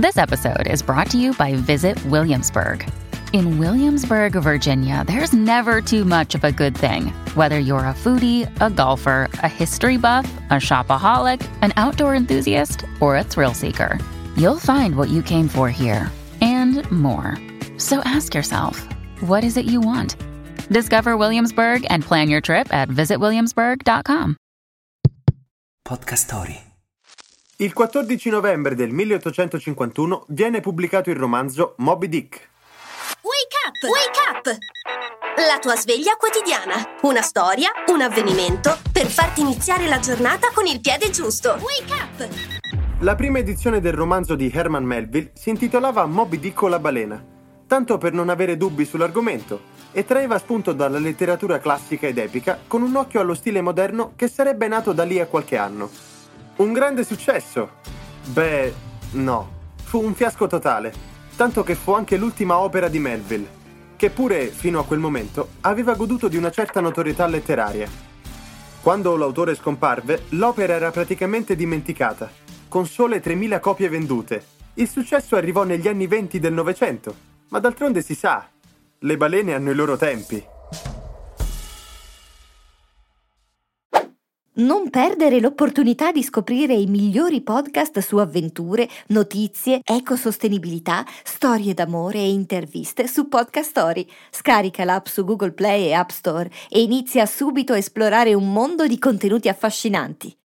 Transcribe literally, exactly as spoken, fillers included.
This episode is brought to you by Visit Williamsburg. In Williamsburg, Virginia, there's never too much of a good thing. Whether you're a foodie, a golfer, a history buff, a shopaholic, an outdoor enthusiast, or a thrill seeker, you'll find what you came for here and more. So ask yourself, what is it you want? Discover Williamsburg and plan your trip at visit williamsburg dot com. Podcast Story. Il quattordici novembre del milleottocentocinquantuno viene pubblicato il romanzo Moby Dick. Wake up! Wake up! La tua sveglia quotidiana. Una storia, un avvenimento per farti iniziare la giornata con il piede giusto. Wake up! La prima edizione del romanzo di Herman Melville si intitolava Moby Dick o la balena, tanto per non avere dubbi sull'argomento, e traeva spunto dalla letteratura classica ed epica con un occhio allo stile moderno che sarebbe nato da lì a qualche anno. Un grande successo? Beh, no. Fu un fiasco totale. Tanto che fu anche l'ultima opera di Melville, che pure, fino a quel momento, aveva goduto di una certa notorietà letteraria. Quando l'autore scomparve, l'opera era praticamente dimenticata, con sole tremila copie vendute. Il successo arrivò negli anni venti del Novecento, ma d'altronde si sa, le balene hanno i loro tempi. Non perdere l'opportunità di scoprire i migliori podcast su avventure, notizie, ecosostenibilità, storie d'amore e interviste su Podcast Story. Scarica l'app su Google Play e App Store e inizia subito a esplorare un mondo di contenuti affascinanti.